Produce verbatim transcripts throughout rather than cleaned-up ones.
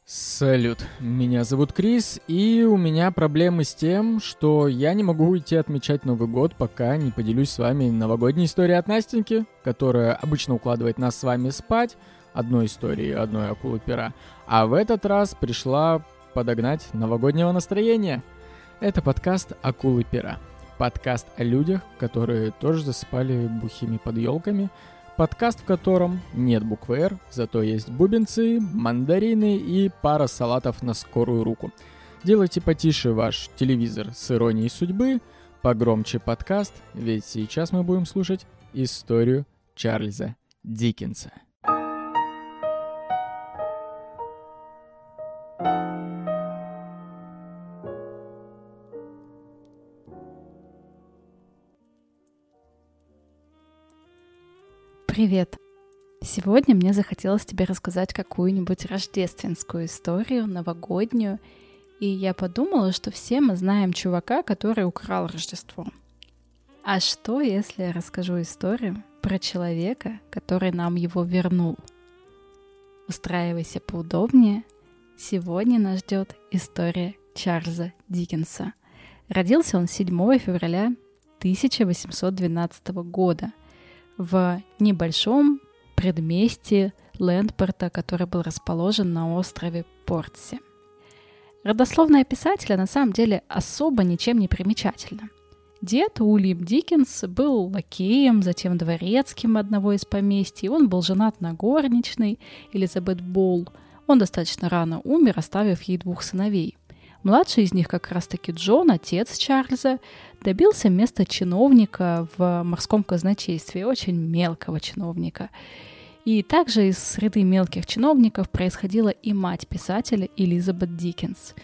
Салют, меня зовут Крис, и у меня проблемы с тем, что я не могу уйти отмечать Новый год, пока не поделюсь с вами новогодней историей от Настеньки, которая обычно укладывает нас с вами спать одной историей, одной акулы пера, а в этот раз пришла подогнать новогоднего настроения. Это подкаст «Акулы пера». Подкаст о людях, которые тоже засыпали бухими под елками. Подкаст, в котором нет буквы «Р», зато есть бубенцы, мандарины и пара салатов на скорую руку. Делайте потише ваш телевизор с иронией судьбы, погромче подкаст, ведь сейчас мы будем слушать историю Чарльза Диккенса. Привет! Сегодня мне захотелось тебе рассказать какую-нибудь рождественскую историю, новогоднюю, и я подумала, что все мы знаем чувака, который украл Рождество. А что, если я расскажу историю про человека, который нам его вернул? Устраивайся поудобнее. Сегодня нас ждет история Чарльза Диккенса. Родился он седьмого февраля тысяча восемьсот двенадцатого года в небольшом предместье Лэндпорта, который был расположен на острове Портси. Родословная писателя на самом деле особо ничем не примечательна. Дед Уильям Диккенс был лакеем, затем дворецким одного из поместий. Он был женат на горничной Элизабет Болл. Он достаточно рано умер, оставив ей двух сыновей. Младший из них, как раз-таки Джон, отец Чарльза, добился места чиновника в морском казначействе, очень мелкого чиновника. И также из среды мелких чиновников происходила и мать писателя Элизабет Диккенс.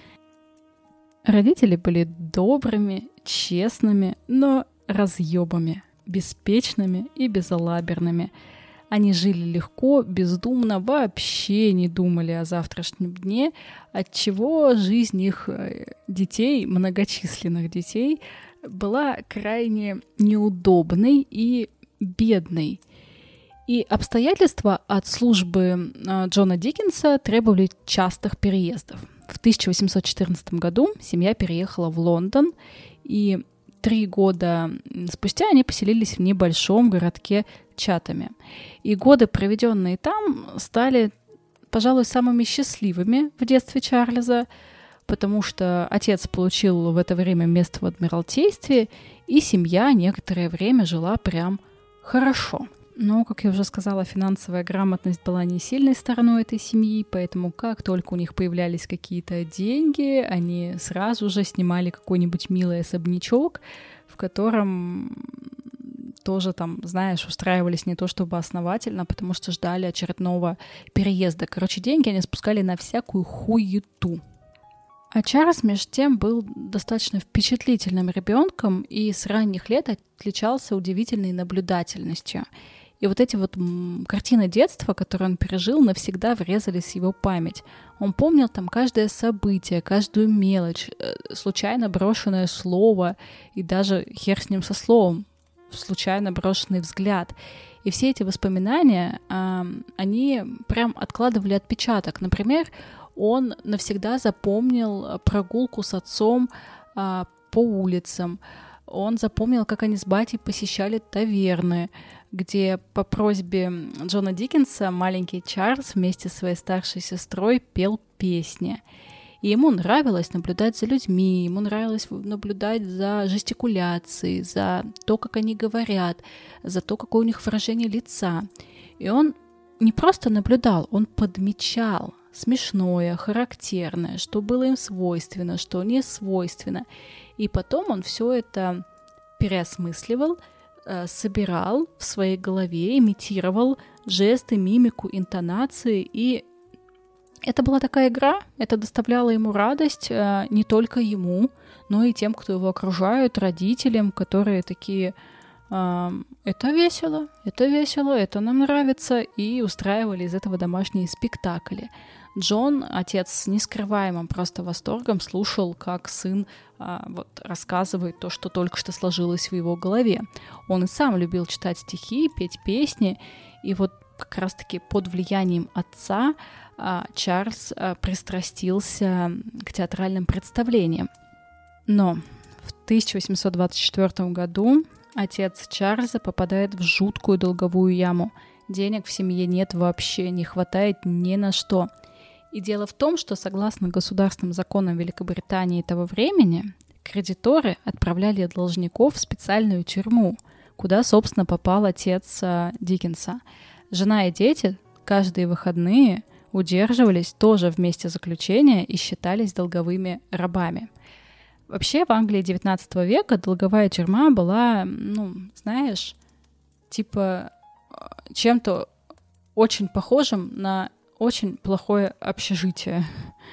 Родители были добрыми, честными, но разъебами, беспечными и безалаберными. Они жили легко, бездумно, вообще не думали о завтрашнем дне, отчего жизнь их детей, многочисленных детей, была крайне неудобной и бедной. И обстоятельства от службы Джона Диккенса требовали частых переездов. В тысяча восемьсот четырнадцатом году семья переехала в Лондон, и три года спустя они поселились в небольшом городке Чатаме. И годы, проведенные там, стали, пожалуй, самыми счастливыми в детстве Чарльза, потому что отец получил в это время место в Адмиралтействе, и семья некоторое время жила прям хорошо. Но, как я уже сказала, финансовая грамотность была не сильной стороной этой семьи, поэтому как только у них появлялись какие-то деньги, они сразу же снимали какой-нибудь милый особнячок, в котором тоже там, знаешь, устраивались не то чтобы основательно, потому что ждали очередного переезда. Короче, деньги они спускали на всякую хуету. А Чарльз, между тем, был достаточно впечатлительным ребенком и с ранних лет отличался удивительной наблюдательностью. И вот эти вот м, картины детства, которые он пережил, навсегда врезались в его память. Он помнил там каждое событие, каждую мелочь, э, случайно брошенное слово и даже хер с ним со словом, случайно брошенный взгляд. И все эти воспоминания, э, они прям откладывали отпечаток. Например, он навсегда запомнил прогулку с отцом э, по улицам. Он запомнил, как они с батей посещали таверны, где по просьбе Джона Диккенса маленький Чарльз вместе со своей старшей сестрой пел песни. И ему нравилось наблюдать за людьми, ему нравилось наблюдать за жестикуляцией, за то, как они говорят, за то, какое у них выражение лица. И он не просто наблюдал, он подмечал смешное, характерное, что было им свойственно, что не свойственно. И потом он все это переосмысливал, собирал в своей голове, имитировал жесты, мимику, интонации, и это была такая игра, это доставляло ему радость не только ему, но и тем, кто его окружают, родителям, которые такие: это весело, это весело, это нам нравится, и устраивали из этого домашние спектакли. Джон, отец, с нескрываемым просто восторгом слушал, как сын а, вот, рассказывает то, что только что сложилось в его голове. Он и сам любил читать стихи, петь песни, и вот как раз-таки под влиянием отца Чарльз пристрастился к театральным представлениям. Но в тысяча восемьсот двадцать четвёртом году отец Чарльза попадает в жуткую долговую яму. Денег в семье нет вообще, не хватает ни на что. И дело в том, что согласно государственным законам Великобритании того времени, кредиторы отправляли должников в специальную тюрьму, куда, собственно, попал отец Диккенса. Жена и дети каждые выходные удерживались тоже в месте заключения и считались долговыми рабами. Вообще в Англии девятнадцатого века долговая тюрьма была, ну, знаешь, типа чем-то очень похожим на очень плохое общежитие.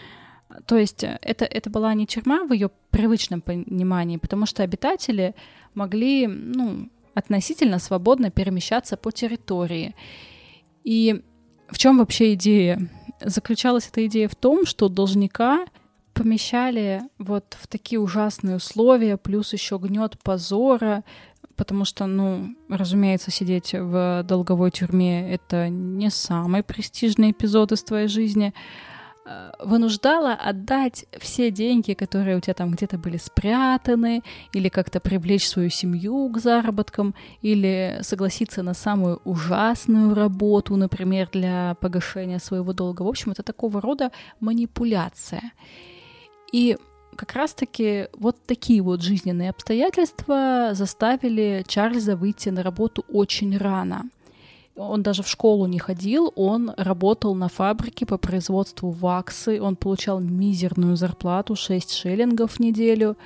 То есть это, это была не тюрьма в ее привычном понимании, потому что обитатели могли, ну, относительно свободно перемещаться по территории. И в чем вообще идея? Заключалась эта идея в том, что должника помещали вот в такие ужасные условия, плюс еще гнет позора, потому что, ну, разумеется, сидеть в долговой тюрьме — это не самый престижный эпизод из твоей жизни, вынуждала отдать все деньги, которые у тебя там где-то были спрятаны, или как-то привлечь свою семью к заработкам, или согласиться на самую ужасную работу, например, для погашения своего долга. В общем, это такого рода манипуляция. И как раз-таки вот такие вот жизненные обстоятельства заставили Чарльза выйти на работу очень рано. Он даже в школу не ходил, он работал на фабрике по производству ваксы, он получал мизерную зарплату, шесть шиллингов в неделю,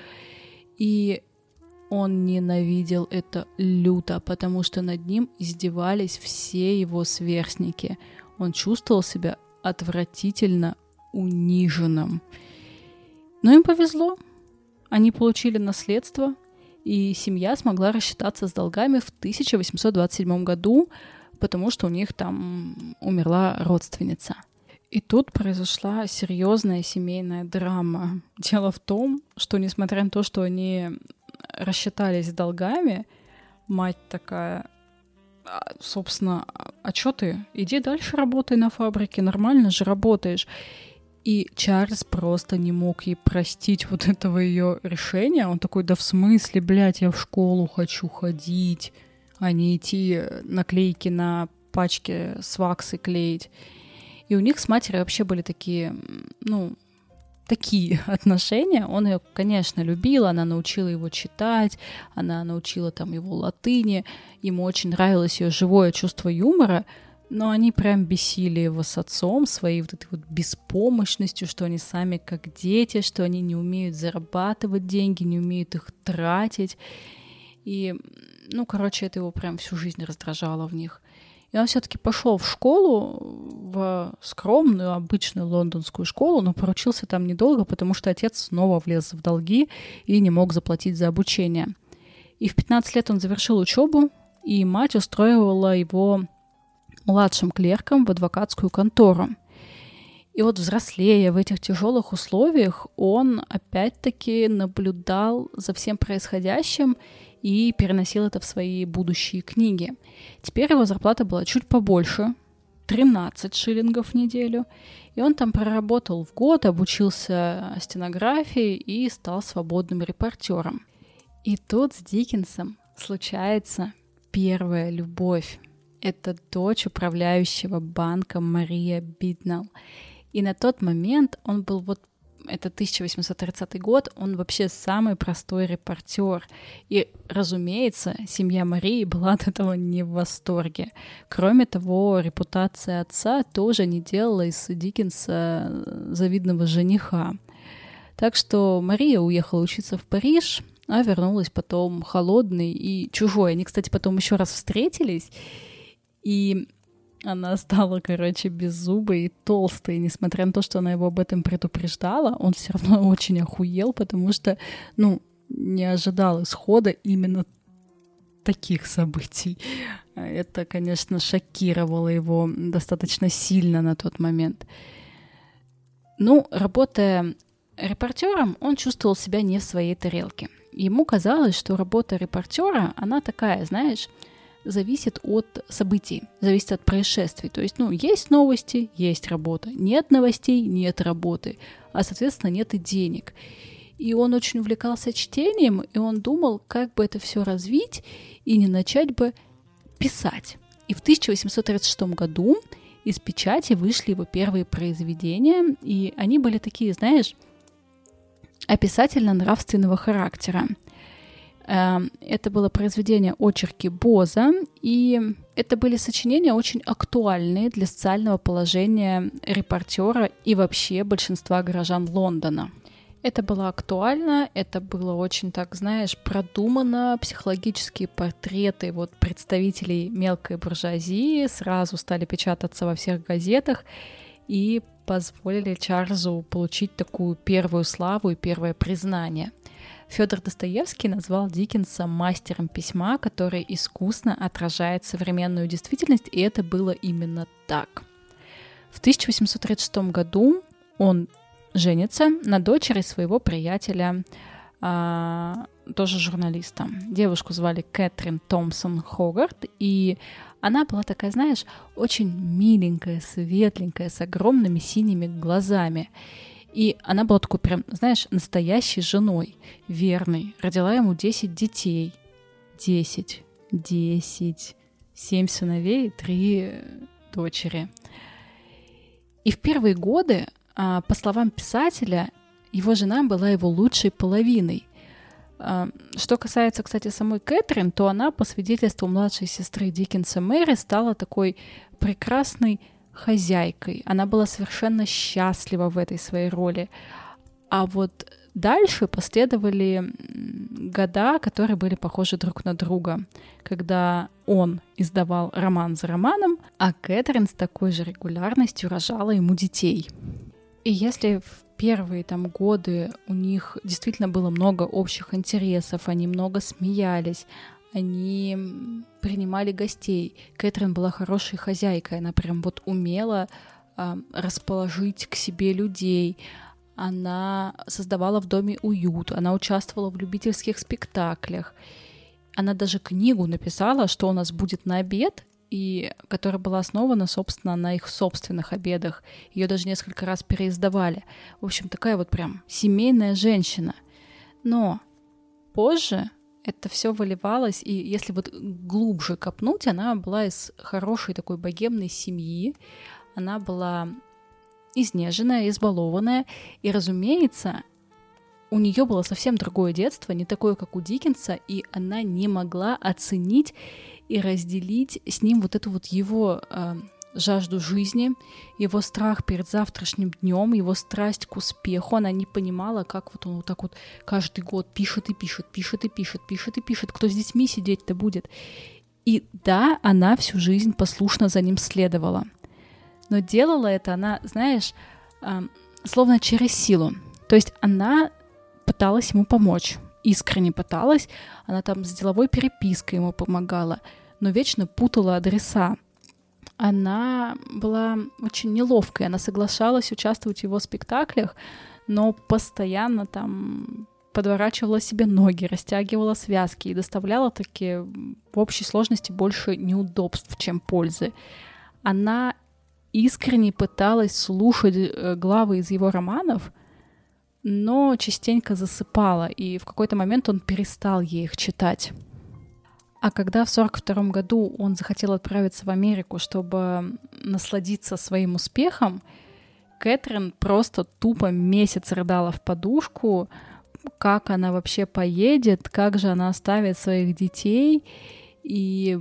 и он ненавидел это люто, потому что над ним издевались все его сверстники. Он чувствовал себя отвратительно униженным. Но им повезло. Они получили наследство, и семья смогла рассчитаться с долгами в тысяча восемьсот двадцать седьмом году, потому что у них там умерла родственница. И тут произошла серьезная семейная драма. Дело в том, что несмотря на то, что они рассчитались с долгами, мать такая: собственно, а чё ты? Иди дальше работай на фабрике, нормально же работаешь. И Чарльз просто не мог ей простить вот этого ее решения. Он такой: да в смысле, блядь, я в школу хочу ходить, а не идти наклейки на пачке с ваксой клеить. И у них с матерью вообще были такие, ну, такие отношения. Он ее, конечно, любил, она научила его читать, она научила там его латыни, ему очень нравилось ее живое чувство юмора, но они прям бесили его с отцом своей вот этой вот беспомощностью, что они сами как дети, что они не умеют зарабатывать деньги, не умеют их тратить. И, ну, короче, это его прям всю жизнь раздражало в них. И он все-таки пошел в школу, в скромную, обычную лондонскую школу, но проучился там недолго, потому что отец снова влез в долги и не мог заплатить за обучение. И в пятнадцать лет он завершил учебу, и мать устроила его младшим клерком в адвокатскую контору. И вот взрослея в этих тяжелых условиях, он опять-таки наблюдал за всем происходящим и переносил это в свои будущие книги. Теперь его зарплата была чуть побольше, тринадцать шиллингов в неделю, и он там проработал в год, обучился стенографии и стал свободным репортером. И тут с Диккенсом случается первая любовь. Это дочь управляющего банком Мария Биднелл. И на тот момент он был вот, это тысяча восемьсот тридцатый год, он вообще самый простой репортер. И, разумеется, семья Марии была от этого не в восторге. Кроме того, репутация отца тоже не делала из Диккенса завидного жениха. Так что Мария уехала учиться в Париж, а вернулась потом холодной и чужой. Они, кстати, потом еще раз встретились, и она стала, короче, беззубой и толстой. Несмотря на то, что она его об этом предупреждала, он все равно очень охуел, потому что, ну, не ожидал исхода именно таких событий. Это, конечно, шокировало его достаточно сильно на тот момент. Ну, работая репортером, он чувствовал себя не в своей тарелке. Ему казалось, что работа репортера, она такая, знаешь, зависит от событий, зависит от происшествий. То есть, ну, есть новости, есть работа. Нет новостей, нет работы. А, соответственно, нет и денег. И он очень увлекался чтением, и он думал, как бы это все развить и не начать бы писать. И в тысяча восемьсот тридцать шестом году из печати вышли его первые произведения, и они были такие, знаешь, описательно-нравственного характера. Это было произведение «Очерки Боза», и это были сочинения очень актуальные для социального положения репортера и вообще большинства горожан Лондона. Это было актуально, это было очень, так знаешь, продумано, психологические портреты вот представителей мелкой буржуазии сразу стали печататься во всех газетах и позволили Чарльзу получить такую первую славу и первое признание. Фёдор Достоевский назвал Диккенса мастером письма, который искусно отражает современную действительность, и это было именно так. В тысяча восемьсот тридцать шестом году он женится на дочери своего приятеля, а, тоже журналиста. Девушку звали Кэтрин Томпсон Хогарт, и она была такая, знаешь, очень миленькая, светленькая, с огромными синими глазами. И она была такой прям, знаешь, настоящей женой, верной. Родила ему десять детей. Десять. Десять. Семь сыновей и три дочери. И в первые годы, по словам писателя, его жена была его лучшей половиной. Что касается, кстати, самой Кэтрин, то она, по свидетельству младшей сестры Диккенса Мэри, стала такой прекрасной хозяйкой. Она была совершенно счастлива в этой своей роли. А вот дальше последовали года, которые были похожи друг на друга, когда он издавал роман за романом, а Кэтрин с такой же регулярностью рожала ему детей. И если в первые там годы у них действительно было много общих интересов, они много смеялись, они принимали гостей. Кэтрин была хорошей хозяйкой, она прям вот умела э, расположить к себе людей, она создавала в доме уют, она участвовала в любительских спектаклях. Она даже книгу написала, что у нас будет на обед, и которая была основана, собственно, на их собственных обедах. Ее даже несколько раз переиздавали. В общем, такая вот прям семейная женщина. Но позже это все выливалось, и если вот глубже копнуть, она была из хорошей такой богемной семьи, она была изнеженная, избалованная, и, разумеется, у нее было совсем другое детство, не такое, как у Диккенса, и она не могла оценить и разделить с ним вот эту вот его э, жажду жизни, его страх перед завтрашним днем, его страсть к успеху. Она не понимала, как вот он вот так вот каждый год пишет и пишет, пишет и пишет, пишет и пишет. Кто с детьми сидеть-то будет? И да, она всю жизнь послушно за ним следовала. Но делала это она, знаешь, э, словно через силу. То есть она пыталась ему помочь, искренне пыталась. Она там с деловой перепиской ему помогала, но вечно путала адреса. Она была очень неловкой, она соглашалась участвовать в его спектаклях, но постоянно там подворачивала себе ноги, растягивала связки и доставляла таки в общей сложности больше неудобств, чем пользы. Она искренне пыталась слушать главы из его романов, но частенько засыпала, и в какой-то момент он перестал ей их читать. А когда в сорок втором году он захотел отправиться в Америку, чтобы насладиться своим успехом, Кэтрин просто тупо месяц рыдала в подушку, как она вообще поедет, как же она оставит своих детей, и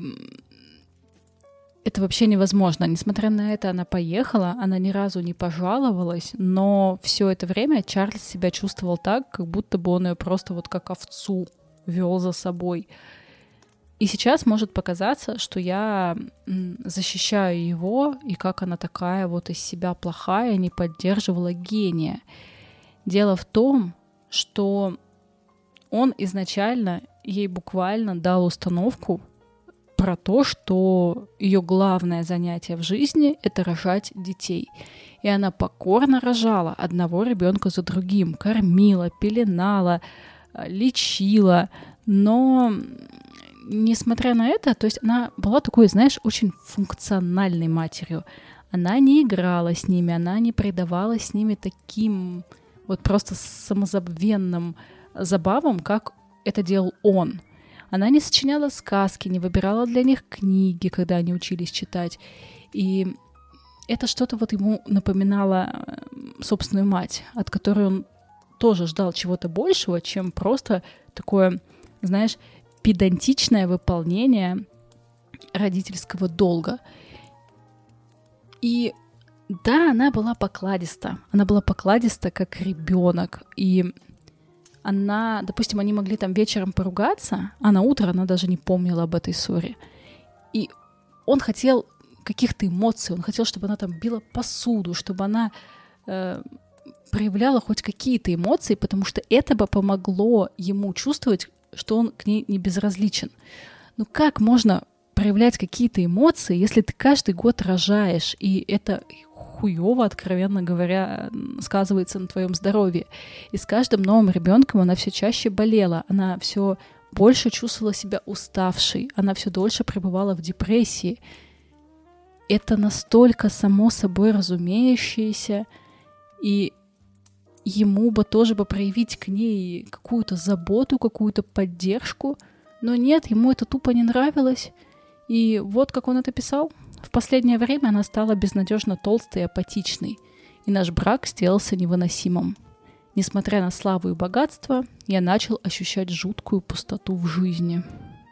это вообще невозможно. Несмотря на это, она поехала, она ни разу не пожаловалась, но все это время Чарльз себя чувствовал так, как будто бы он ее просто вот как овцу вел за собой. И сейчас может показаться, что я защищаю его, и как она такая вот из себя плохая, не поддерживала гения. Дело в том, что он изначально ей буквально дал установку про то, что ее главное занятие в жизни — это рожать детей. И она покорно рожала одного ребенка за другим, кормила, пеленала, лечила, но несмотря на это, то есть она была такой, знаешь, очень функциональной матерью. Она не играла с ними, она не предавалась с ними таким вот просто самозабвенным забавам, как это делал он. Она не сочиняла сказки, не выбирала для них книги, когда они учились читать. И это что-то вот ему напоминало собственную мать, от которой он тоже ждал чего-то большего, чем просто такое, знаешь, педантичное выполнение родительского долга. И да, она была покладиста. Она была покладиста, как ребенок. И она, допустим, они могли там вечером поругаться, а на утро она даже не помнила об этой ссоре. И он хотел каких-то эмоций, он хотел, чтобы она там била посуду, чтобы она э, проявляла хоть какие-то эмоции, потому что это бы помогло ему чувствовать, что он к ней не безразличен. Ну как можно проявлять какие-то эмоции, если ты каждый год рожаешь, и это хуёво, откровенно говоря, сказывается на твоем здоровье. И с каждым новым ребенком она все чаще болела, она все больше чувствовала себя уставшей, она все дольше пребывала в депрессии. Это настолько само собой разумеющееся, и ему бы тоже бы проявить к ней какую-то заботу, какую-то поддержку, но нет, ему это тупо не нравилось. И вот как он это писал. В последнее время она стала безнадежно толстой и апатичной, и наш брак сделался невыносимым. Несмотря на славу и богатство, я начал ощущать жуткую пустоту в жизни.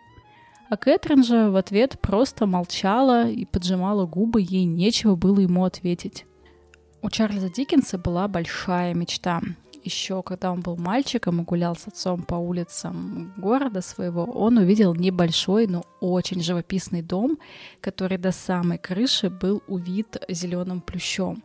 А Кэтрин же в ответ просто молчала и поджимала губы, ей нечего было ему ответить. У Чарльза Диккенса была большая мечта. Еще когда он был мальчиком и гулял с отцом по улицам города своего, он увидел небольшой, но очень живописный дом, который до самой крыши был увит зеленым плющом.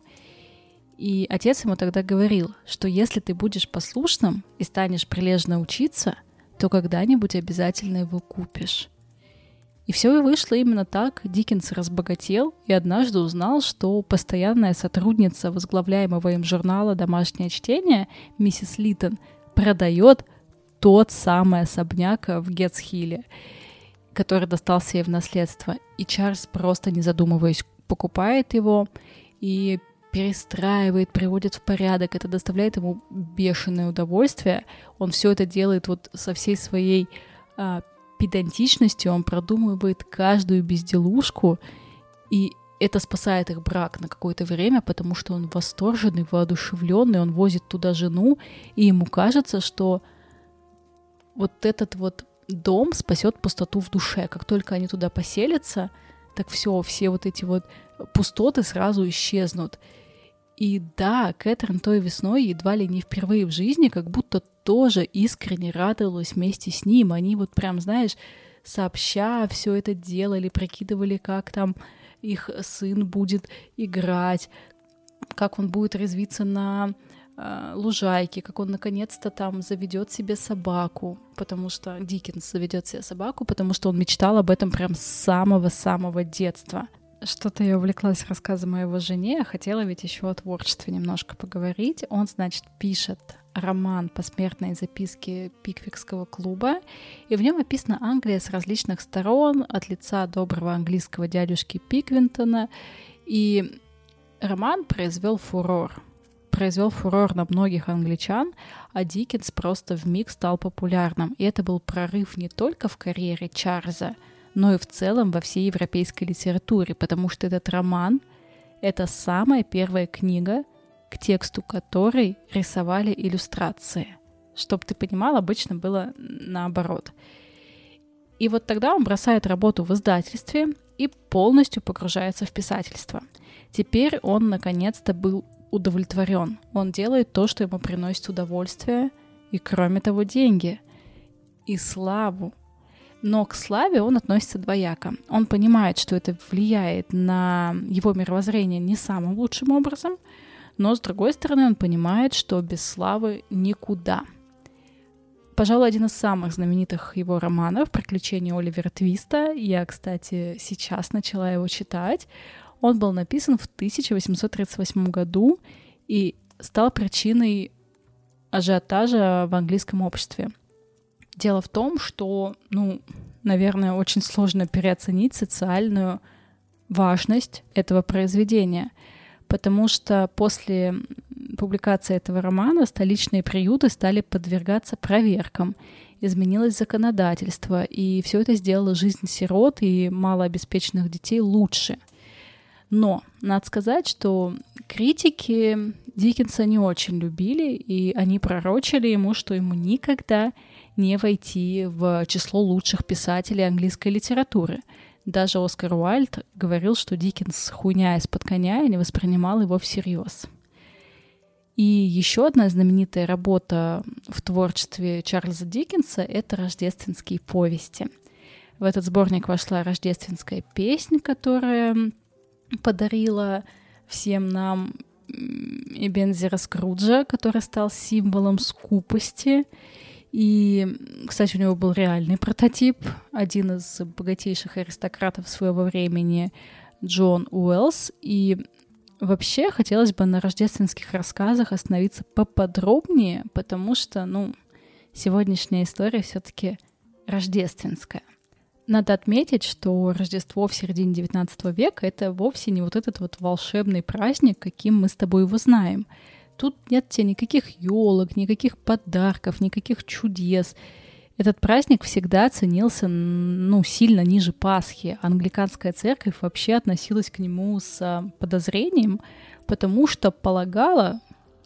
И отец ему тогда говорил, что если ты будешь послушным и станешь прилежно учиться, то когда-нибудь обязательно его купишь. И все и вышло именно так. Диккенс разбогател и однажды узнал, что постоянная сотрудница возглавляемого им журнала «Домашнее чтение» миссис Литтон продает тот самый особняк в Гетц-Хилле, который достался ей в наследство. И Чарльз, просто не задумываясь, покупает его и перестраивает, приводит в порядок. Это доставляет ему бешеное удовольствие. Он все это делает вот со всей своей а, педантичностью, он продумывает каждую безделушку, и это спасает их брак на какое-то время, потому что он восторженный, воодушевленный, он возит туда жену, и ему кажется, что вот этот вот дом спасет пустоту в душе. Как только они туда поселятся, так все, все вот эти вот пустоты сразу исчезнут. И да, Кэтрин той весной едва ли не впервые в жизни как будто тоже искренне радовалась вместе с ним. Они вот прям, знаешь, сообща все это делали, прикидывали, как там их сын будет играть, как он будет резвиться на э, лужайке, как он наконец-то там заведет себе собаку, потому что Диккенс заведет себе собаку, потому что он мечтал об этом прям с самого-самого детства. Что-то я увлеклась рассказом о его жене, а хотела ведь еще о творчестве немножко поговорить. Он, значит, пишет роман «Посмертные записки Пиквикского клуба», и в нем описана Англия с различных сторон, от лица доброго английского дядюшки Пиквинтона, и роман произвел фурор. Произвел фурор на многих англичан, а Диккенс просто вмиг стал популярным. И это был прорыв не только в карьере Чарльза, но и в целом во всей европейской литературе, потому что этот роман — это самая первая книга, к тексту которой рисовали иллюстрации. Чтоб ты понимал, обычно было наоборот. И вот тогда он бросает работу в издательстве и полностью погружается в писательство. Теперь он наконец-то был удовлетворен. Он делает то, что ему приносит удовольствие, и, кроме того, деньги и славу. Но к славе он относится двояко. Он понимает, что это влияет на его мировоззрение не самым лучшим образом, но, с другой стороны, он понимает, что без славы никуда. Пожалуй, один из самых знаменитых его романов «Приключения Оливера Твиста». Я, кстати, сейчас начала его читать. Он был написан в тысяча восемьсот тридцать восьмом году и стал причиной ажиотажа в английском обществе. Дело в том, что, ну, наверное, очень сложно переоценить социальную важность этого произведения, потому что после публикации этого романа столичные приюты стали подвергаться проверкам, изменилось законодательство, и все это сделало жизнь сирот и малообеспеченных детей лучше. Но надо сказать, что критики Диккенса не очень любили, и они пророчили ему, что ему никогда не войти в число лучших писателей английской литературы. Даже Оскар Уайльд говорил, что Диккенс хуйня из-под коня, и не воспринимал его всерьез. И еще одна знаменитая работа в творчестве Чарльза Диккенса — это «Рождественские повести». В этот сборник вошла рождественская песнь, которая подарила всем нам Эбенезера Скруджа, который стал символом скупости. И, кстати, у него был реальный прототип. Один из богатейших аристократов своего времени, Джон Уэллс. И вообще хотелось бы на рождественских рассказах остановиться поподробнее, потому что, ну, сегодняшняя история все-таки рождественская. Надо отметить, что Рождество в середине девятнадцатого века — это вовсе не вот этот вот волшебный праздник, каким мы с тобой его знаем. Тут нет тебе никаких елок, никаких подарков, никаких чудес. Этот праздник всегда ценился, ну, сильно ниже Пасхи. Англиканская церковь вообще относилась к нему с подозрением, потому что полагала,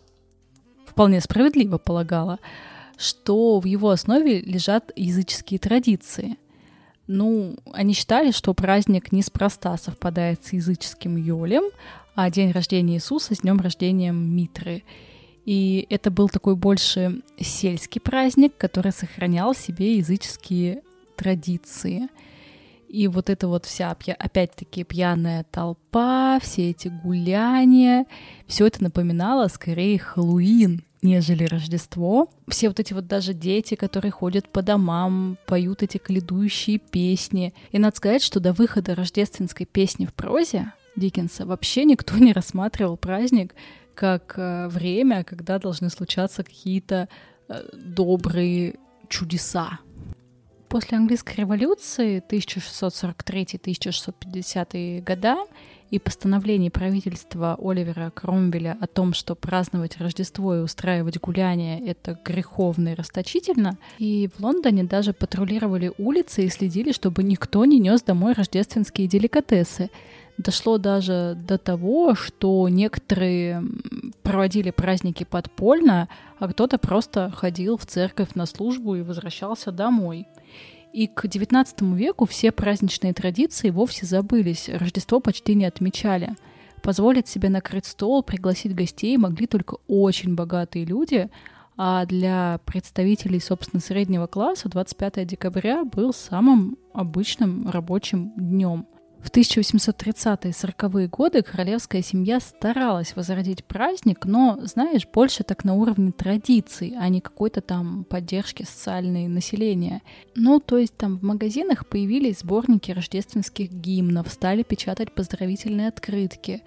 вполне справедливо полагала, что в его основе лежат языческие традиции. Ну, они считали, что праздник неспроста совпадает с языческим Йолем, а день рождения Иисуса с днем рождения Митры. И это был такой больше сельский праздник, который сохранял в себе языческие традиции. И вот эта вот вся, опять-таки, пьяная толпа, все эти гуляния, все это напоминало скорее Хэллоуин, нежели Рождество. Все вот эти вот даже дети, которые ходят по домам, поют эти коледующие песни. И надо сказать, что до выхода рождественской песни в прозе Диккенса вообще никто не рассматривал праздник как э, время, когда должны случаться какие-то э, добрые чудеса. После английской революции тысяча шестьсот сорок третий — тысяча шестьсот пятидесятые года и постановлений правительства Оливера Кромвеля о том, что праздновать Рождество и устраивать гуляния — это греховно и расточительно, и в Лондоне даже патрулировали улицы и следили, чтобы никто не нес домой рождественские деликатесы. Дошло даже до того, что некоторые проводили праздники подпольно, а кто-то просто ходил в церковь на службу и возвращался домой. И к девятнадцатому веку все праздничные традиции вовсе забылись, Рождество почти не отмечали. Позволить себе накрыть стол, пригласить гостей могли только очень богатые люди, а для представителей, собственно, среднего класса двадцать пятое декабря был самым обычным рабочим днем. В тысяча восемьсот тридцатые — сороковые годы королевская семья старалась возродить праздник, но, знаешь, больше так на уровне традиций, а не какой-то там поддержки социальной населения. Ну, то есть там в магазинах появились сборники рождественских гимнов, стали печатать поздравительные открытки.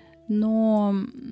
Но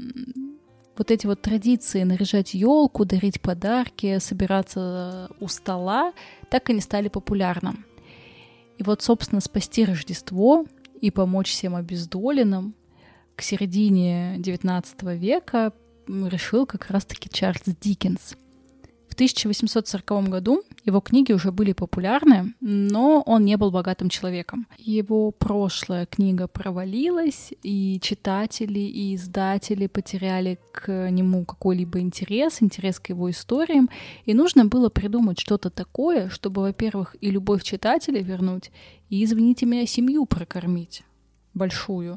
вот эти вот традиции наряжать елку, дарить подарки, собираться у стола так и не стали популярным. И вот, собственно, спасти Рождество и помочь всем обездоленным к середине девятнадцатого века решил как раз-таки Чарльз Диккенс. В тысяча восемьсот сороковом году его книги уже были популярны, но он не был богатым человеком. Его прошлая книга провалилась, и читатели, и издатели потеряли к нему какой-либо интерес, интерес к его историям, и нужно было придумать что-то такое, чтобы, во-первых, и любовь читателя вернуть, и, извините меня, семью прокормить большую.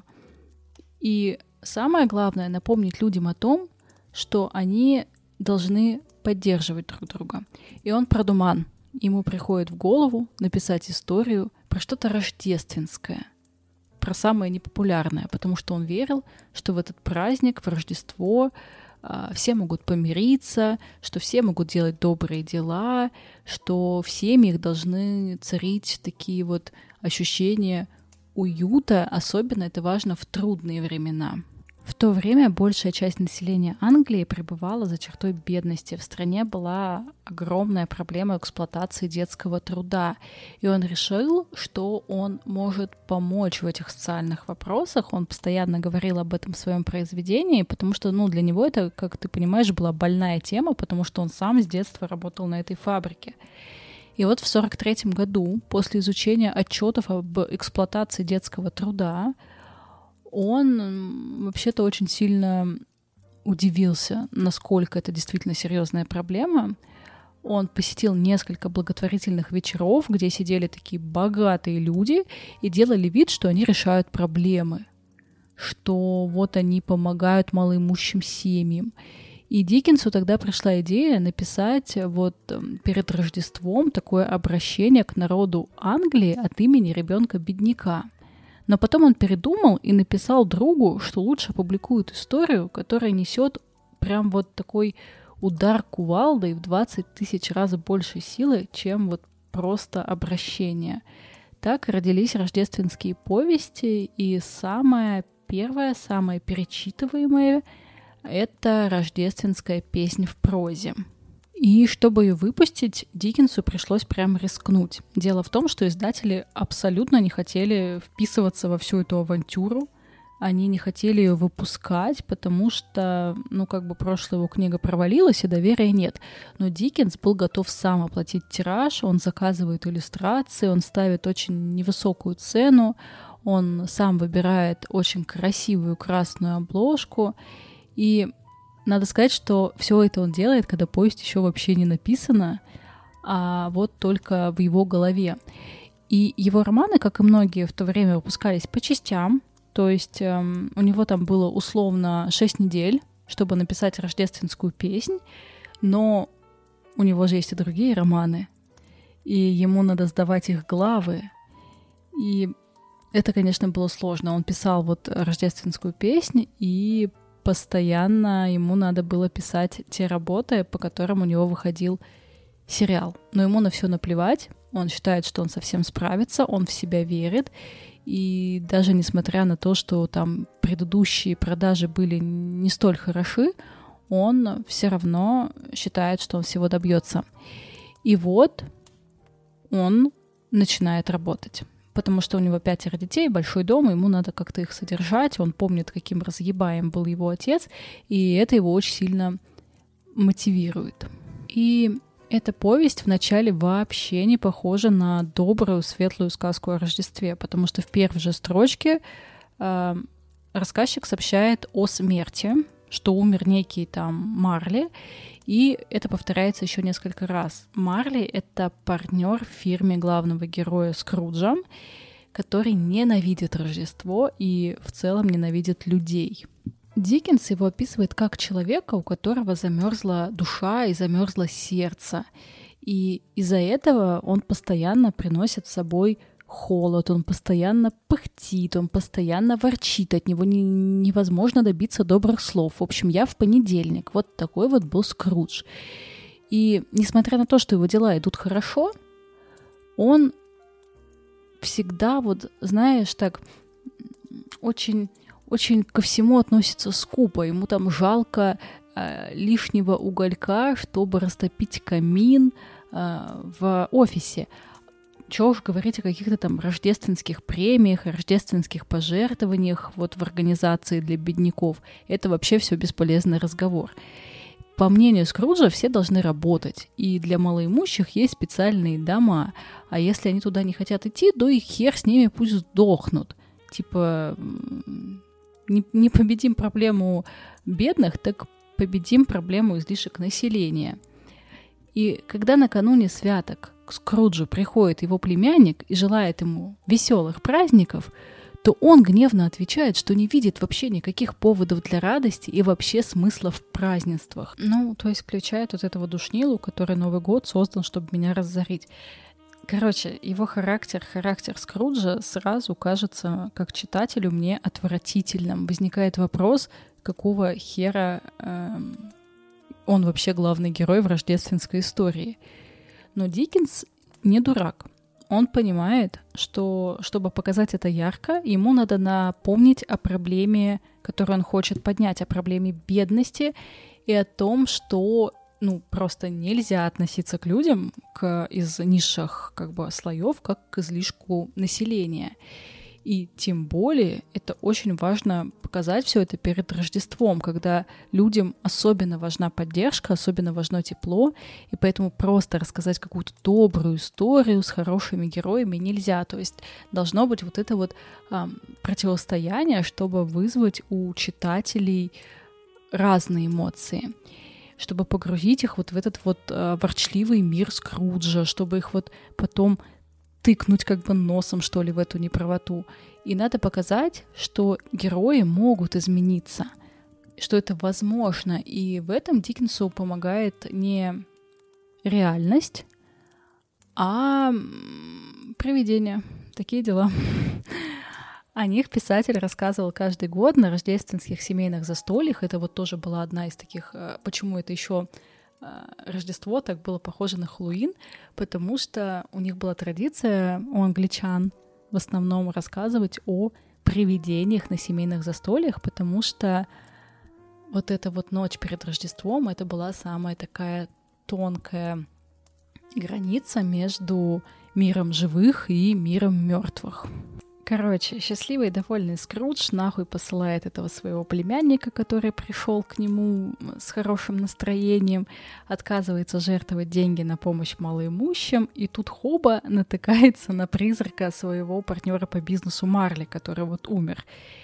И самое главное — напомнить людям о том, что они должны поддерживать друг друга. И он продуман. Ему приходит в голову написать историю про что-то рождественское, про самое непопулярное, потому что он верил, что в этот праздник, в Рождество, все могут помириться, что все могут делать добрые дела, что в семьях должны царить такие вот ощущения уюта, особенно это важно в трудные времена. В то время большая часть населения Англии пребывала за чертой бедности. В стране была огромная проблема эксплуатации детского труда. И он решил, что он может помочь в этих социальных вопросах. Он постоянно говорил об этом в своем произведении, потому что, ну, для него это, как ты понимаешь, была больная тема, потому что он сам с детства работал на этой фабрике. И вот в сорок третьем году, после изучения отчетов об эксплуатации детского труда, он вообще-то очень сильно удивился, насколько это действительно серьезная проблема. Он посетил несколько благотворительных вечеров, где сидели такие богатые люди и делали вид, что они решают проблемы, что вот они помогают малоимущим семьям. И Диккенсу тогда пришла идея написать вот перед Рождеством такое обращение к народу Англии от имени ребенка-бедняка. Но потом он передумал и написал другу, что лучше опубликует историю, которая несет прям вот такой удар кувалдой в двадцать тысяч раз больше силы, чем вот просто обращение. Так родились рождественские повести, и самая первая, самая перечитываемая — это рождественская песнь в прозе. И чтобы ее выпустить, Диккенсу пришлось прям рискнуть. Дело в том, что издатели абсолютно не хотели вписываться во всю эту авантюру. Они не хотели ее выпускать, потому что, ну, как бы прошлая его книга провалилась, и доверия нет. Но Диккенс был готов сам оплатить тираж, он заказывает иллюстрации, он ставит очень невысокую цену, он сам выбирает очень красивую красную обложку. И надо сказать, что все это он делает, когда повесть еще вообще не написана, а вот только в его голове. И его романы, как и многие в то время, выпускались по частям. То есть эм, у него там было условно шесть недель, чтобы написать рождественскую песнь, но у него же есть и другие романы, и ему надо сдавать их главы. И это, конечно, было сложно. Он писал вот рождественскую песнь, и постоянно ему надо было писать те работы, по которым у него выходил сериал. Но ему на все наплевать. Он считает, что он совсем справится, он в себя верит. И даже несмотря на то, что там предыдущие продажи были не столь хороши, он все равно считает, что он всего добьется. И вот он начинает работать. Потому что у него пятеро детей, большой дом, ему надо как-то их содержать, он помнит, каким разъебаем был его отец, и это его очень сильно мотивирует. И эта повесть вначале вообще не похожа на добрую, светлую сказку о Рождестве, потому что в первой же строчке э, рассказчик сообщает о смерти, что умер некий там Марли, и это повторяется еще несколько раз. Марли — это партнер в фирме главного героя Скруджа, который ненавидит Рождество и в целом ненавидит людей. Диккенс его описывает как человека, у которого замерзла душа и замерзло сердце. И из-за этого он постоянно приносит с собой холод, он постоянно пыхтит, он постоянно ворчит, от него не, невозможно добиться добрых слов. В общем, я в понедельник. Вот такой вот был Скрудж. И несмотря на то, что его дела идут хорошо, он всегда, вот, знаешь, так очень, очень ко всему относится скупо. Ему там жалко э, лишнего уголька, чтобы растопить камин э, в офисе. Чего уж говорить о каких-то там рождественских премиях, рождественских пожертвованиях вот в организации для бедняков. Это вообще все бесполезный разговор. По мнению Скруджа, все должны работать, и для малоимущих есть специальные дома, а если они туда не хотят идти, то и хер с ними, пусть сдохнут. Типа, не, не победим проблему бедных, так победим проблему излишек населения. И когда накануне святок к Скруджу приходит его племянник и желает ему веселых праздников, то он гневно отвечает, что не видит вообще никаких поводов для радости и вообще смысла в празднествах. Ну, то есть включает вот этого душнилу, который Новый год создан, чтобы меня разорить. Короче, его характер, характер Скруджа сразу кажется, как читателю, мне отвратительным. Возникает вопрос, какого хера э, он вообще главный герой в рождественской истории. Но Диккенс не дурак. он понимает, что чтобы показать это ярко, ему надо напомнить о проблеме, которую он хочет поднять, о проблеме бедности и о том, что ну, просто нельзя относиться к людям к, из низших как бы, слоев как к излишку населения. И тем более это очень важно показать все это перед Рождеством, когда людям особенно важна поддержка, особенно важно тепло, и поэтому просто рассказать какую-то добрую историю с хорошими героями нельзя. То есть должно быть вот это вот а, противостояние, чтобы вызвать у читателей разные эмоции, чтобы погрузить их вот в этот вот а, ворчливый мир Скруджа, чтобы их вот потом тыкнуть как бы носом, что ли, в эту неправоту. И надо показать, что герои могут измениться, что это возможно. И в этом Диккенсу помогает не реальность, а привидения. Такие дела. О них писатель рассказывал каждый год на рождественских семейных застольях. Это вот тоже была одна из таких... Почему это еще... Рождество так было похоже на Хэллоуин, потому что у них была традиция, у англичан, в основном рассказывать о привидениях на семейных застольях, потому что вот эта вот ночь перед Рождеством, это была самая такая тонкая граница между миром живых и миром мертвых. Короче, счастливый и довольный Скрудж нахуй посылает этого своего племянника, который пришел к нему с хорошим настроением, отказывается жертвовать деньги на помощь малоимущим, и тут хоба натыкается на призрака своего партнера по бизнесу Марли, который вот умер.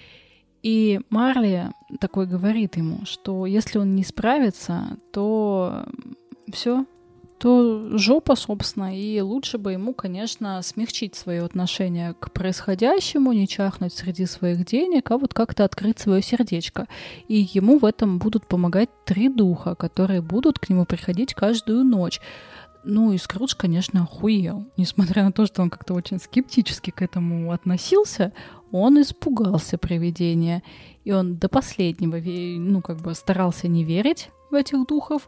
И Марли такой говорит ему, что если он не справится, то все, то жопа, собственно, и лучше бы ему, конечно, смягчить свое отношение к происходящему, не чахнуть среди своих денег, а вот как-то открыть свое сердечко. И ему в этом будут помогать три духа, которые будут к нему приходить каждую ночь. Ну и Скрудж, конечно, охуел. Несмотря на то, что он как-то очень скептически к этому относился, он испугался привидения. И он до последнего, ну, как бы старался не верить в этих духов,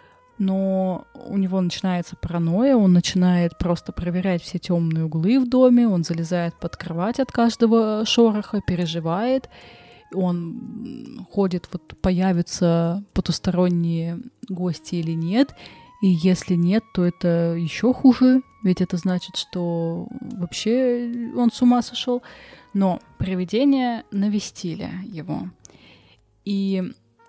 но у него начинается паранойя, он начинает просто проверять все темные углы в доме, он залезает под кровать от каждого шороха, переживает, он ходит, вот появятся потусторонние гости или нет, и если нет, то это еще хуже, ведь это значит, что вообще он с ума сошел. Но привидения навестили его. И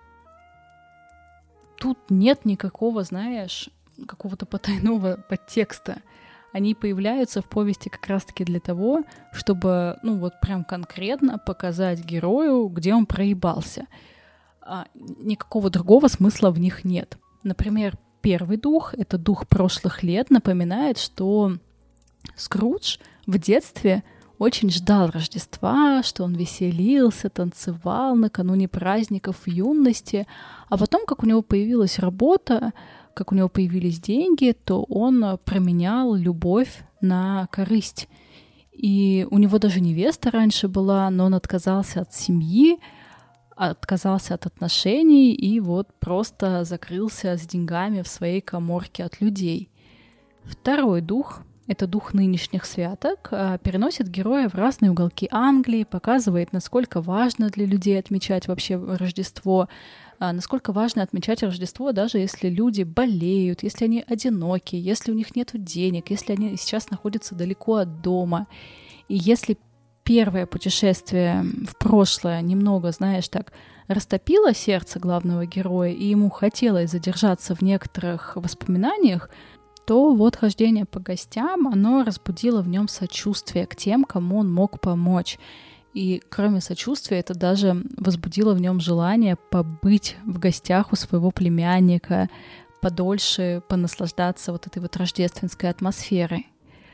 тут нет никакого, знаешь, какого-то потайного подтекста. Они появляются в повести как раз-таки для того, чтобы, ну вот прям конкретно показать герою, где он проебался. А никакого другого смысла в них нет. Например, первый дух, это дух прошлых лет, напоминает, что Скрудж в детстве очень ждал Рождества, что он веселился, танцевал накануне праздников в юности, а потом, как у него появилась работа, как у него появились деньги, то он променял любовь на корысть. И у него даже невеста раньше была, но он отказался от семьи, отказался от отношений и вот просто закрылся с деньгами в своей каморке от людей. Второй дух — это дух нынешних святок, переносит героя в разные уголки Англии, показывает, насколько важно для людей отмечать вообще Рождество, насколько важно отмечать Рождество, даже если люди болеют, если они одиноки, если у них нет денег, если они сейчас находятся далеко от дома. И если первое путешествие в прошлое немного, знаешь, так растопило сердце главного героя, и ему хотелось задержаться в некоторых воспоминаниях, то вот хождение по гостям, оно разбудило в нем сочувствие к тем, кому он мог помочь. И кроме сочувствия, это даже возбудило в нем желание побыть в гостях у своего племянника, подольше понаслаждаться вот этой вот рождественской атмосферой.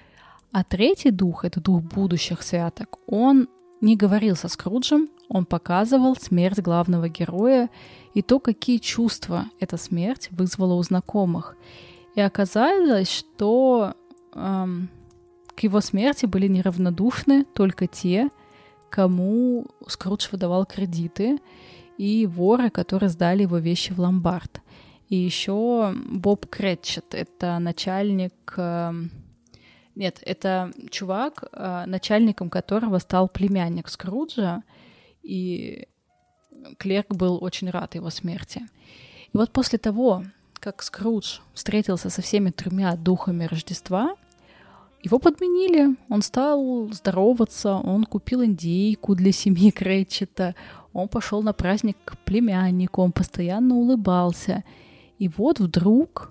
А третий дух, это дух будущих святок, он не говорил со Скруджем, он показывал смерть главного героя и то, какие чувства эта смерть вызвала у знакомых. И оказалось, что эм, к его смерти были неравнодушны только те, кому Скрудж выдавал кредиты, и воры, которые сдали его вещи в ломбард. И еще Боб Кретчет, это начальник э, Нет, это чувак, начальником которого стал племянник Скруджа, и клерк был очень рад его смерти. И вот после того, как Скрудж встретился со всеми тремя духами Рождества, его подменили, он стал здороваться, он купил индейку для семьи Кретчета, он пошел на праздник к племяннику, он постоянно улыбался. И вот вдруг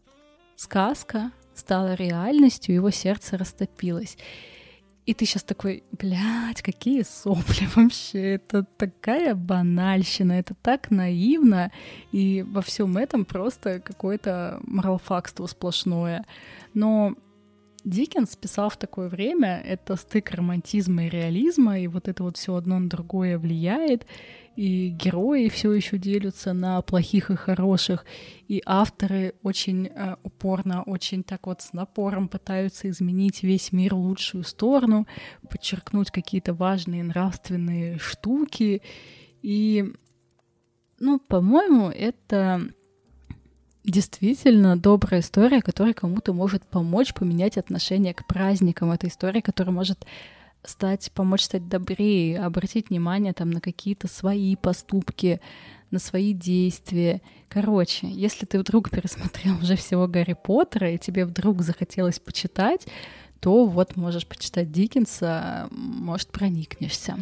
сказка стала реальностью, его сердце растопилось. И ты сейчас такой, блядь, какие сопли вообще, это такая банальщина, это так наивно, и во всем этом просто какое-то моралфакство сплошное. Но Диккенс писал в такое время, это стык романтизма и реализма, и вот это вот все одно на другое влияет, и герои все еще делятся на плохих и хороших, и авторы очень э, упорно, очень так вот с напором пытаются изменить весь мир в лучшую сторону, подчеркнуть какие-то важные нравственные штуки, и, ну, по-моему, это действительно добрая история, которая кому-то может помочь поменять отношение к праздникам. Это история, которая может стать, помочь стать добрее, обратить внимание там на какие-то свои поступки, на свои действия. Короче, если ты вдруг пересмотрел уже всего Гарри Поттера, и тебе вдруг захотелось почитать, то вот можешь почитать Диккенса, может, проникнешься.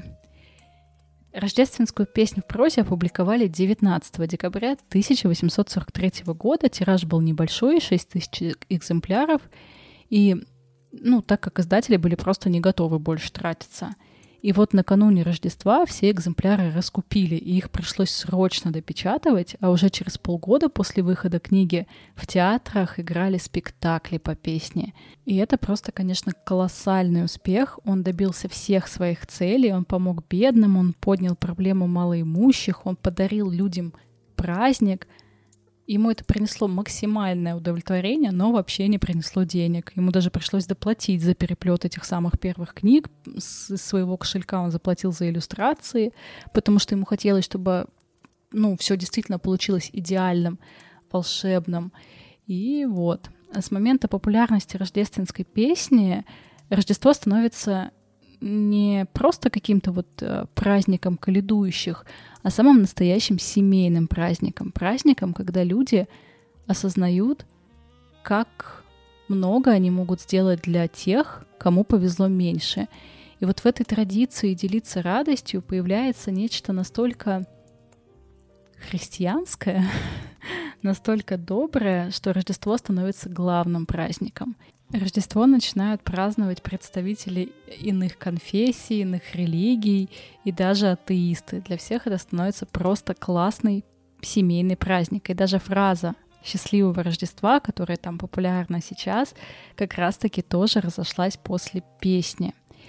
Рождественскую песню в прозе опубликовали девятнадцатого декабря тысяча восемьсот сорок третьего года. Тираж был небольшой, шесть тысяч экземпляров. И, ну, так как издатели были просто не готовы больше тратиться. И вот накануне Рождества все экземпляры раскупили, и их пришлось срочно допечатывать, а уже через полгода после выхода книги в театрах играли спектакли по песне. И это просто, конечно, колоссальный успех. Он добился всех своих целей, он помог бедным, он поднял проблему малоимущих, он подарил людям праздник. Ему это принесло максимальное удовлетворение, но вообще не принесло денег. Ему даже пришлось доплатить за переплет этих самых первых книг. С своего кошелька он заплатил за иллюстрации, потому что ему хотелось, чтобы, ну, все действительно получилось идеальным, волшебным. И вот. А с момента популярности рождественской песни Рождество становится не просто каким-то вот э, праздником каледующих, а самым настоящим семейным праздником. Праздником, когда люди осознают, как много они могут сделать для тех, кому повезло меньше. И вот в этой традиции делиться радостью появляется нечто настолько христианское, настолько доброе, что Рождество становится главным праздником. Рождество начинают праздновать представители иных конфессий, иных религий и даже атеисты. Для всех это становится просто классный семейный праздник. И даже фраза «счастливого Рождества», которая там популярна сейчас, как раз-таки тоже разошлась после песни.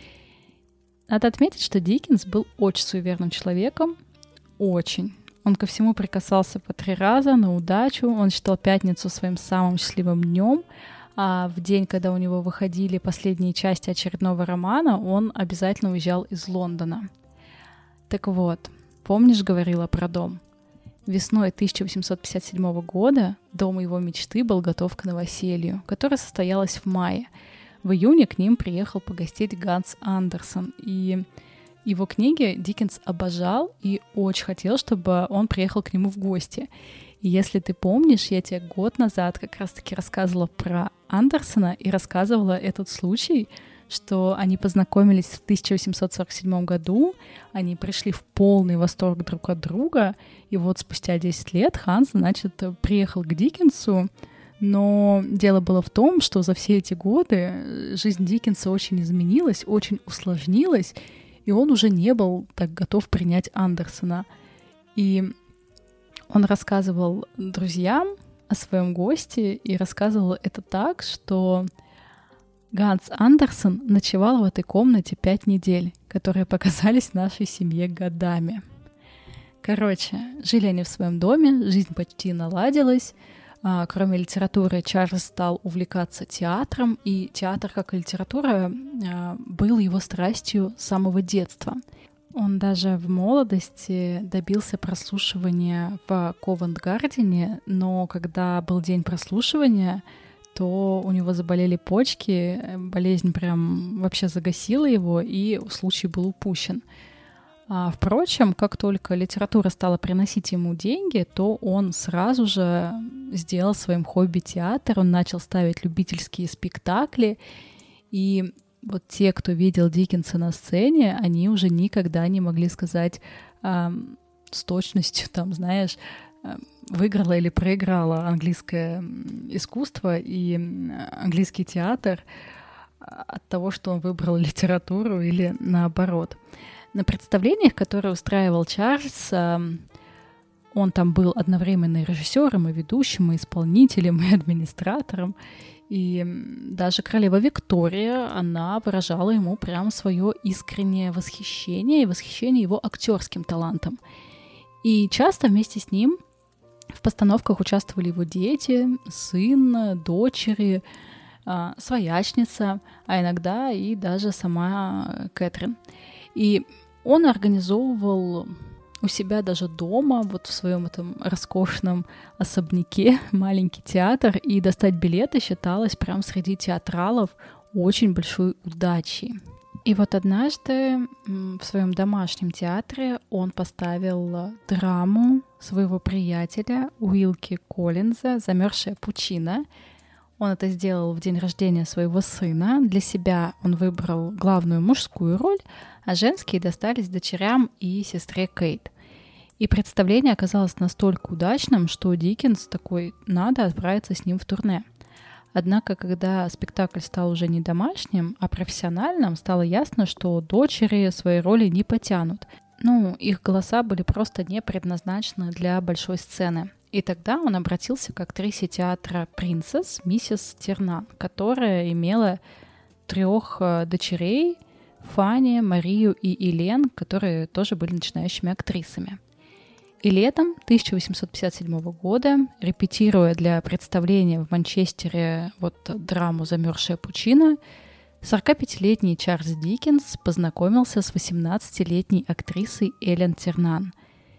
Надо отметить, что Диккенс был очень суеверным человеком, очень. Он ко всему прикасался по три раза на удачу, он считал пятницу своим самым счастливым днем, а в день, когда у него выходили последние части очередного романа, он обязательно уезжал из Лондона. Так вот, помнишь, говорила про дом? Весной тысяча восемьсот пятьдесят седьмого года дом его мечты был готов к новоселью, которое состоялось в мае. В июне к ним приехал погостить Ганс Андерсон, и его книги Диккенс обожал и очень хотел, чтобы он приехал к нему в гости. И если ты помнишь, я тебе год назад как раз-таки рассказывала про Андерсона и рассказывала этот случай, что они познакомились в тысяча восемьсот сорок седьмом году, они пришли в полный восторг друг от друга, и вот спустя десять лет Ханс, значит, приехал к Диккенсу, но дело было в том, что за все эти годы жизнь Диккенса очень изменилась, очень усложнилась, и он уже не был так готов принять Андерсона. И он рассказывал друзьям о своем госте и рассказывал это так, что Ганс Андерсон ночевал в этой комнате пять недель, которые показались нашей семье годами. Короче, жили они в своем доме, жизнь почти наладилась. А, кроме литературы, Чарльз стал увлекаться театром, и театр, как и литература, а, был его страстью с самого детства. Он даже в молодости добился прослушивания в Ковент-Гардене, но когда был день прослушивания, то у него заболели почки, болезнь прям вообще загасила его, и случай был упущен. А, впрочем, как только литература стала приносить ему деньги, то он сразу же сделал своим хобби театр, он начал ставить любительские спектакли, и вот те, кто видел Диккенса на сцене, они уже никогда не могли сказать э, с точностью, там, знаешь, э, выиграла или проиграла английское искусство и английский театр от того, что он выбрал литературу или наоборот. На представлениях, которые устраивал Чарльз, э, он там был одновременно и режиссером, и ведущим, и исполнителем, и администратором. И даже королева Виктория, она выражала ему прям свое искреннее восхищение и восхищение его актерским талантом. И часто вместе с ним в постановках участвовали его дети, сын, дочери, своячница, а иногда и даже сама Кэтрин. И он организовывал у себя даже дома, вот в своем этом роскошном особняке, маленький театр, и достать билеты считалось прям среди театралов очень большой удачей. И вот однажды в своем домашнем театре он поставил драму своего приятеля Уилки Коллинза «Замерзшая пучина». Он это сделал в день рождения своего сына. Для себя он выбрал главную мужскую роль, а женские достались дочерям и сестре Кейт. И представление оказалось настолько удачным, что Диккенс такой: надо отправиться с ним в турне. Однако, когда спектакль стал уже не домашним, а профессиональным, стало ясно, что дочери свои роли не потянут. Ну, их голоса были просто не предназначены для большой сцены. И тогда он обратился к актрисе театра «Принцесс» миссис Тернан, которая имела трех дочерей — Фанни, Марию и Элен, которые тоже были начинающими актрисами. И летом тысяча восемьсот пятьдесят седьмого года, репетируя для представления в Манчестере вот драму «Замерзшая пучина», сорокапятилетний Чарльз Диккенс познакомился с восемнадцатилетней актрисой Элен Тернан,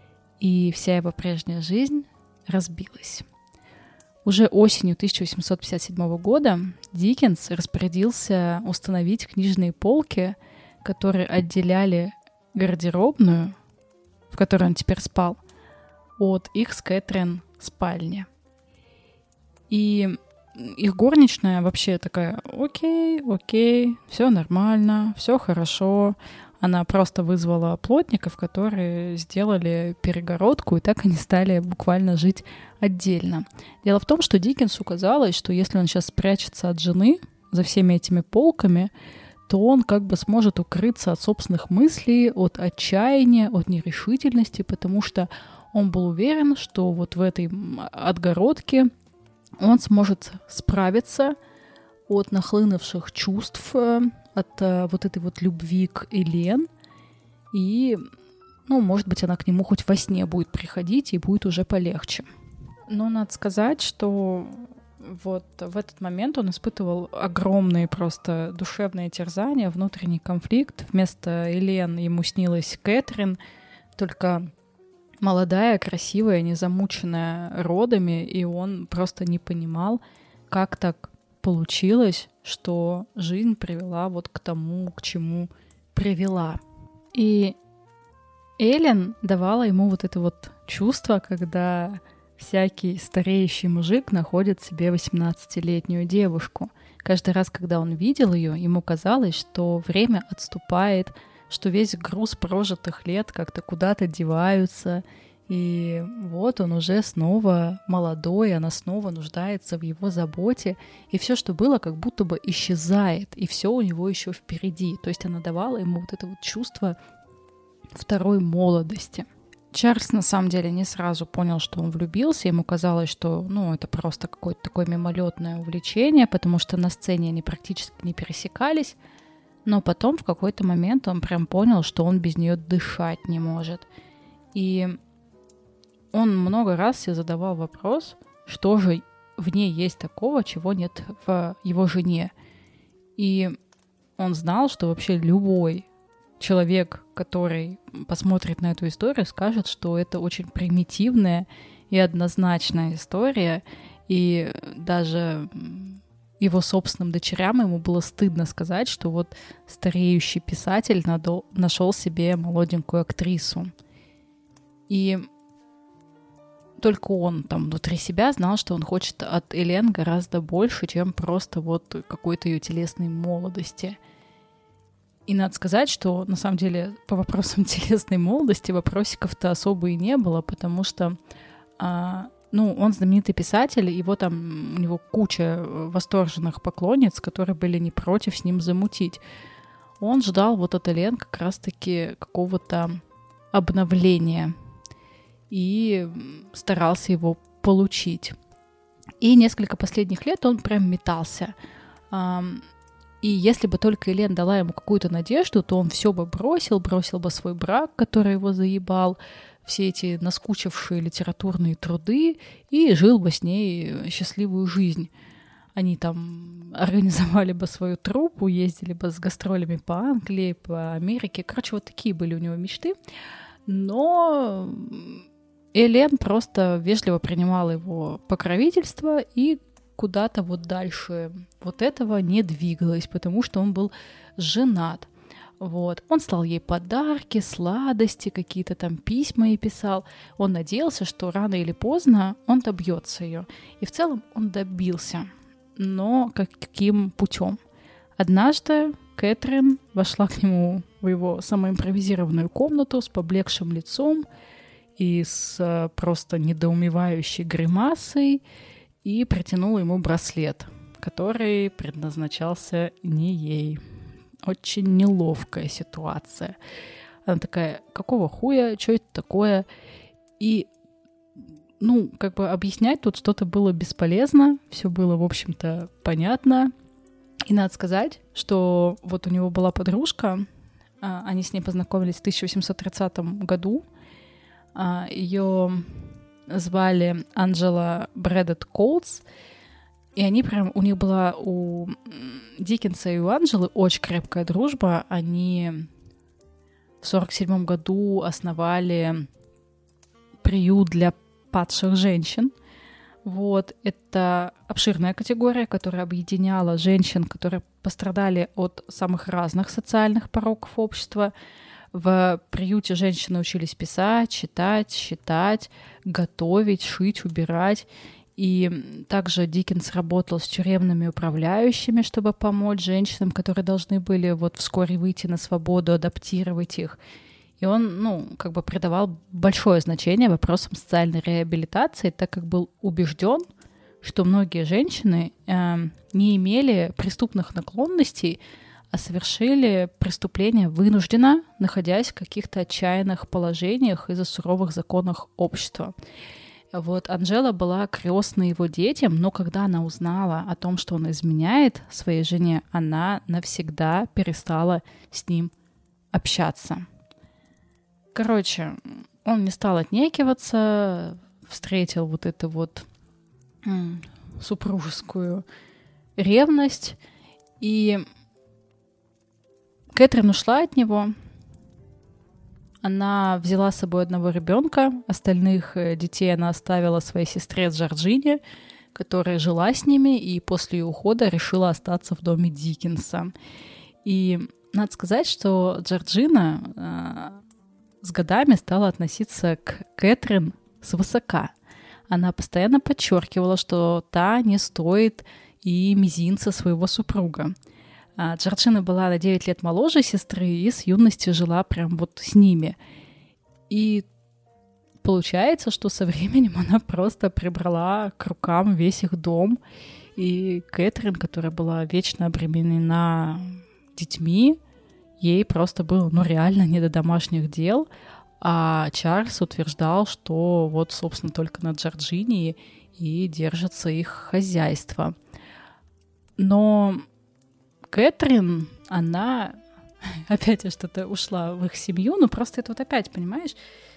и вся его прежняя жизнь разбилась. Уже осенью тысяча восемьсот пятьдесят седьмого года Диккенс распорядился установить книжные полки, которые отделяли гардеробную, в которой он теперь спал, от их с Кэтрин спальни. И их горничная вообще такая: окей, окей, все нормально, все хорошо. Она просто вызвала плотников, которые сделали перегородку, и так они стали буквально жить отдельно. Дело в том, что Диккенсу казалось, что если он сейчас спрячется от жены за всеми этими полками, то он как бы сможет укрыться от собственных мыслей, от отчаяния, от нерешительности, потому что он был уверен, что вот в этой отгородке он сможет справиться от нахлынувших чувств, от вот этой вот любви к Элен, и, ну, может быть, она к нему хоть во сне будет приходить, и будет уже полегче. Но надо сказать, что вот в этот момент он испытывал огромные просто душевные терзания, внутренний конфликт. Вместо Элен ему снилась Кэтрин, только молодая, красивая, незамученная родами, и он просто не понимал, как так получилось, что жизнь привела вот к тому, к чему привела. И Элен давала ему вот это вот чувство, когда всякий стареющий мужик находит себе восемнадцатилетнюю девушку. Каждый раз, когда он видел ее, ему казалось, что время отступает, что весь груз прожитых лет как-то куда-то деваются, и вот он уже снова молодой, она снова нуждается в его заботе, и все, что было, как будто бы исчезает, и все у него еще впереди. То есть она давала ему вот это вот чувство второй молодости. Чарльз на самом деле не сразу понял, что он влюбился. Ему казалось, что ну, это просто какое-то такое мимолетное увлечение, потому что на сцене они практически не пересекались. Но потом в какой-то момент он прям понял, что он без нее дышать не может. И он много раз себе задавал вопрос, что же в ней есть такого, чего нет в его жене. И он знал, что вообще любой человек, который посмотрит на эту историю, скажет, что это очень примитивная и однозначная история. И даже его собственным дочерям ему было стыдно сказать, что вот стареющий писатель надо, нашел себе молоденькую актрису. И только он там внутри себя знал, что он хочет от Элен гораздо больше, чем просто вот какой-то ее телесной молодости. И надо сказать, что на самом деле по вопросам телесной молодости вопросиков-то особо и не было, потому что а, ну, он знаменитый писатель, его там, у него куча восторженных поклонниц, которые были не против с ним замутить. Он ждал вот от Элен как раз-таки какого-то обновления и старался его получить. И несколько последних лет он прям метался. И если бы только Элен дала ему какую-то надежду, то он все бы бросил, бросил бы свой брак, который его заебал, все эти наскучившие литературные труды, и жил бы с ней счастливую жизнь. Они там организовали бы свою труппу, ездили бы с гастролями по Англии, по Америке. Короче, вот такие были у него мечты. Но Элен просто вежливо принимала его покровительство и куда-то вот дальше вот этого не двигалась, потому что он был женат. Вот. Он слал ей подарки, сладости, какие-то там письма ей писал. Он надеялся, что рано или поздно он добьется ее. И в целом он добился. Но каким путем? Однажды Кэтрин вошла к нему в его самоимпровизированную комнату с поблекшим лицом и с просто недоумевающей гримасой и протянула ему браслет, который предназначался не ей. Очень неловкая ситуация. Она такая: какого хуя, что это такое? И, ну, как бы объяснять тут что-то было бесполезно, все было, в общем-то, понятно. И надо сказать, что вот у него была подружка, они с ней познакомились в тысяча восемьсот тридцатом году, ее звали Анджела Брэдет Коутс, и они прям, у них была у Диккенса и у Анджелы очень крепкая дружба. Они в сорок седьмом году основали приют для падших женщин. Вот, это обширная категория, которая объединяла женщин, которые пострадали от самых разных социальных пороков общества. В приюте женщины учились писать, читать, считать, готовить, шить, убирать. И также Диккенс работал с тюремными управляющими, чтобы помочь женщинам, которые должны были вот вскоре выйти на свободу, адаптировать их. И он, ну, как бы придавал большое значение вопросам социальной реабилитации, так как был убежден, что многие женщины э, не имели преступных наклонностей, а совершили преступления вынужденно, находясь в каких-то отчаянных положениях из-за суровых законов общества. Вот Анджела была крестной его детям, но когда она узнала о том, что он изменяет своей жене, она навсегда перестала с ним общаться. Короче, он не стал отнекиваться, встретил вот эту вот м, супружескую ревность, и Кэтрин ушла от него. Она взяла с собой одного ребенка, остальных детей она оставила своей сестре Джорджине, которая жила с ними и после ее ухода решила остаться в доме Диккенса. И надо сказать, что Джорджина э, с годами стала относиться к Кэтрин свысока. Она постоянно подчеркивала, что та не стоит и мизинца своего супруга. Джорджина была на девять лет моложе сестры и с юности жила прям вот с ними. И получается, что со временем она просто прибрала к рукам весь их дом. И Кэтрин, которая была вечно обременена детьми, ей просто было, ну, реально не до домашних дел. А Чарльз утверждал, что вот, собственно, только на Джорджине и держится их хозяйство. Но Кэтрин, она опять я что-то ушла в их семью, но просто это вот опять, понимаешь,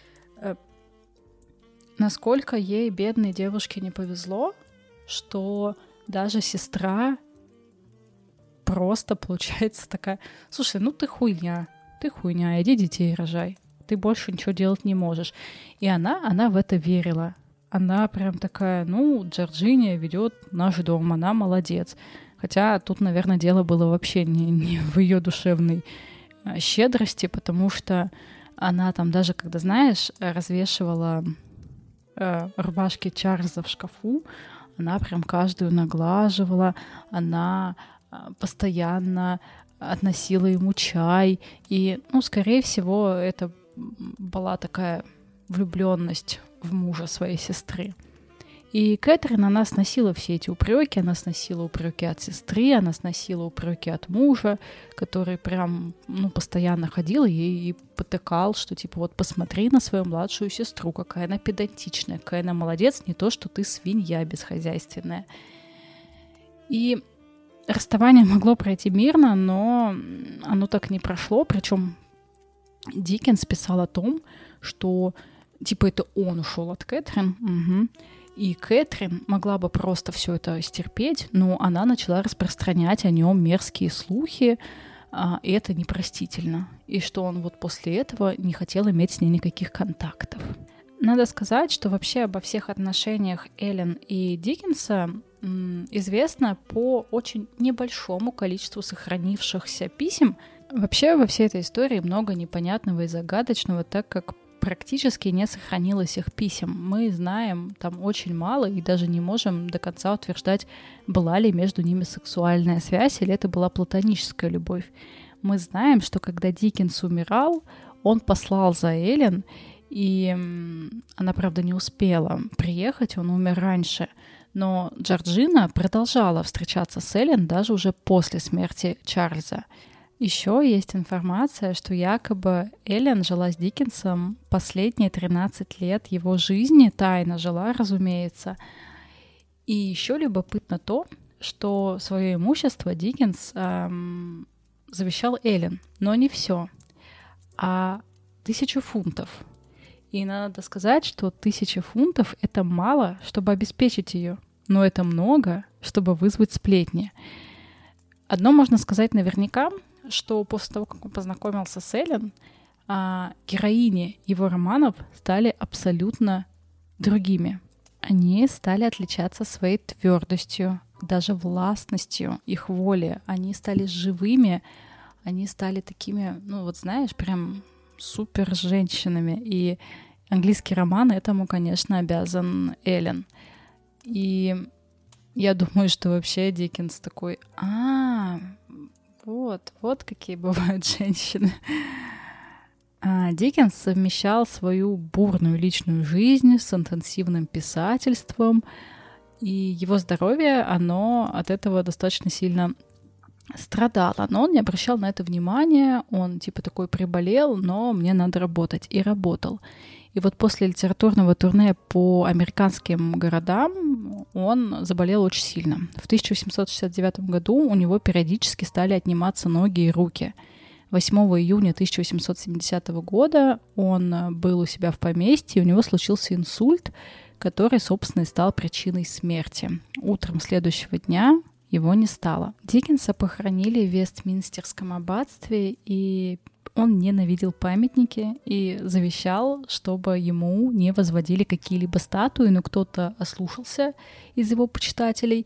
насколько ей, бедной девушке, не повезло, что даже сестра просто, получается, такая: слушай, ну ты хуйня, ты хуйня, иди детей рожай, ты больше ничего делать не можешь. И она, она в это верила. Она прям такая: ну, Джорджиния ведет наш дом, она молодец. Хотя тут, наверное, дело было вообще не, не в ее душевной щедрости, потому что она там даже, когда, знаешь, развешивала э, рубашки Чарльза в шкафу, она прям каждую наглаживала, она э, постоянно относила ему чай, и, ну, скорее всего, это была такая влюбленность в мужа своей сестры. И Кэтрин, она сносила все эти упреки, она сносила упреки от сестры, она сносила упреки от мужа, который прям, ну, постоянно ходил ей и потыкал, что типа вот посмотри на свою младшую сестру, какая она педантичная, какая она молодец, не то, что ты свинья бесхозяйственная. И расставание могло пройти мирно, но оно так не прошло, причем Диккенс писал о том, что типа это он ушел от Кэтрин, угу. И Кэтрин могла бы просто все это стерпеть, но она начала распространять о нем мерзкие слухи, а, и это непростительно. И что он вот после этого не хотел иметь с ней никаких контактов. Надо сказать, что вообще обо всех отношениях Эллен и Диккенса м, известно по очень небольшому количеству сохранившихся писем. Вообще во всей этой истории много непонятного и загадочного, так как практически не сохранилось их писем. Мы знаем там очень мало и даже не можем до конца утверждать, была ли между ними сексуальная связь или это была платоническая любовь. Мы знаем, что когда Диккенс умирал, он послал за Эллен, и она, правда, не успела приехать, он умер раньше. Но Джорджина продолжала встречаться с Эллен даже уже после смерти Чарльза. Еще есть информация, что якобы Эллен жила с Диккенсом последние тринадцать лет его жизни, тайно жила, разумеется. И еще любопытно то, что свое имущество Диккенс эм, завещал Эллен, но не все, а тысячу фунтов. И надо сказать, что тысяча фунтов — это мало, чтобы обеспечить ее, но это много, чтобы вызвать сплетни. Одно можно сказать наверняка, что после того, как он познакомился с Эллен, героини его романов стали абсолютно другими. Они стали отличаться своей твердостью, даже властностью их воли. Они стали живыми, они стали такими, ну вот знаешь, прям супер женщинами. И английский роман этому, конечно, обязан Эллен. И я думаю, что вообще Диккенс такой: а, вот, вот какие бывают женщины. А Диккенс совмещал свою бурную личную жизнь с интенсивным писательством, и его здоровье, оно от этого достаточно сильно страдало. Но он не обращал на это внимания, он типа такой приболел, но мне надо работать, и работал. И вот после литературного турне по американским городам он заболел очень сильно. В тысяча восемьсот шестьдесят девятом году у него периодически стали отниматься ноги и руки. восьмого июня тысяча восемьсот семидесятого года он был у себя в поместье, и у него случился инсульт, который, собственно, и стал причиной смерти. Утром следующего дня его не стало. Диккенса похоронили в Вестминстерском аббатстве, и он ненавидел памятники и завещал, чтобы ему не возводили какие-либо статуи, но кто-то ослушался из его почитателей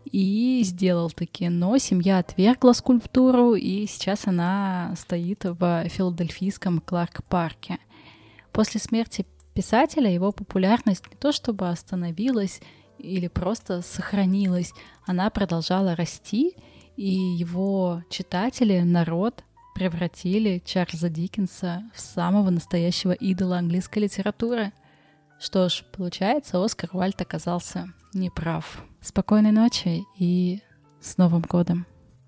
и сделал такие. Но семья отвергла скульптуру, и сейчас она стоит в филадельфийском Кларк-парке. После смерти писателя его популярность не то чтобы остановилась или просто сохранилась, она продолжала расти, и его читатели, народ, превратили Чарльза Диккенса в самого настоящего идола английской литературы. Что ж, получается, Оскар Уайльд оказался неправ. Спокойной ночи и с Новым годом.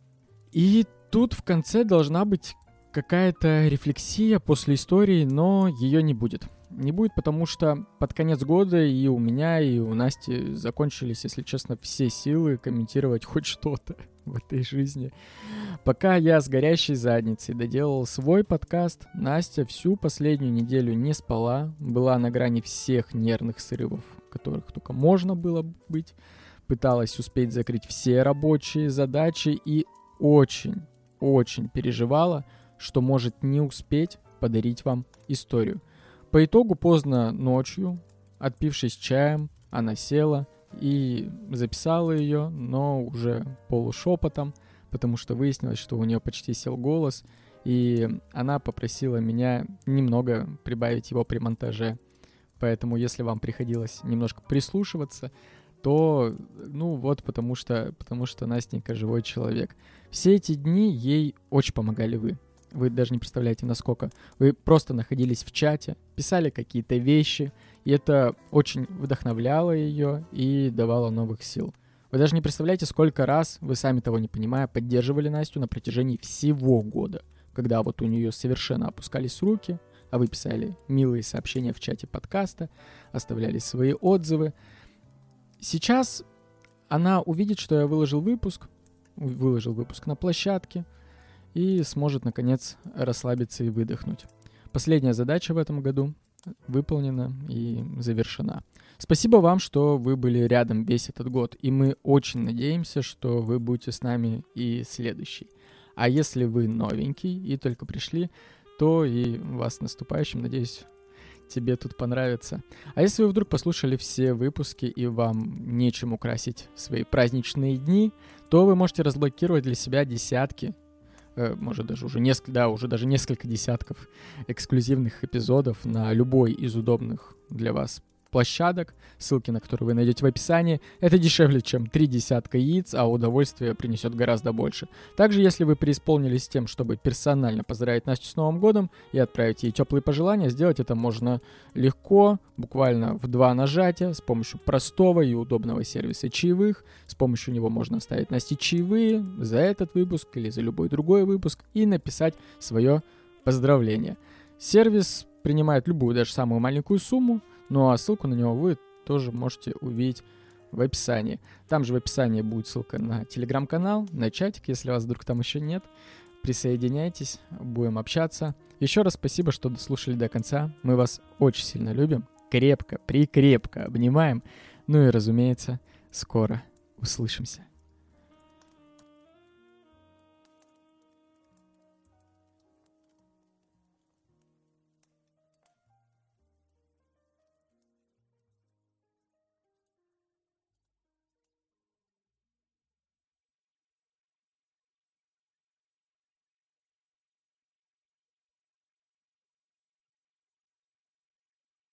И тут в конце должна быть какая-то рефлексия после истории, но ее не будет. Не будет, потому что под конец года и у меня, и у Насти закончились, если честно, все силы комментировать хоть что-то в этой жизни. Пока я с горящей задницей доделал свой подкаст, Настя всю последнюю неделю не спала, была на грани всех нервных срывов, которых только можно было быть, пыталась успеть закрыть все рабочие задачи и очень, очень переживала, что может не успеть подарить вам историю. По итогу поздно ночью, отпившись чаем, она села и записала ее, но уже полушепотом, потому что выяснилось, что у нее почти сел голос, и она попросила меня немного прибавить его при монтаже. Поэтому, если вам приходилось немножко прислушиваться, то, ну вот, потому что, потому что Настенька живой человек. Все эти дни ей очень помогали вы. Вы даже не представляете, насколько. Вы просто находились в чате, писали какие-то вещи, и это очень вдохновляло ее и давало новых сил. Вы даже не представляете, сколько раз, вы сами того не понимая, поддерживали Настю на протяжении всего года, когда вот у нее совершенно опускались руки, а вы писали милые сообщения в чате подкаста, оставляли свои отзывы. Сейчас она увидит, что я выложил выпуск, выложил выпуск на площадке и сможет, наконец, расслабиться и выдохнуть. Последняя задача в этом году выполнена и завершена. Спасибо вам, что вы были рядом весь этот год, и мы очень надеемся, что вы будете с нами и следующий. А если вы новенький и только пришли, то и вас с наступающим, надеюсь, тебе тут понравится. А если вы вдруг послушали все выпуски и вам нечем украсить свои праздничные дни, то вы можете разблокировать для себя десятки, э, может даже уже несколько, да, уже даже несколько десятков эксклюзивных эпизодов на любой из удобных для вас площадок, ссылки на которые вы найдете в описании. Это дешевле, чем три десятка яиц, а удовольствие принесет гораздо больше. Также, если вы преисполнились тем, чтобы персонально поздравить Настю с Новым годом и отправить ей теплые пожелания, сделать это можно легко, буквально в два нажатия, с помощью простого и удобного сервиса чаевых. С помощью него можно оставить Насте чаевые за этот выпуск или за любой другой выпуск и написать свое поздравление. Сервис принимает любую, даже самую маленькую сумму, ну а ссылку на него вы тоже можете увидеть в описании. Там же в описании будет ссылка на телеграм-канал, на чатик, если вас вдруг там еще нет. Присоединяйтесь, будем общаться. Еще раз спасибо, что дослушали до конца. Мы вас очень сильно любим, крепко, прикрепко обнимаем. Ну и, разумеется, скоро услышимся.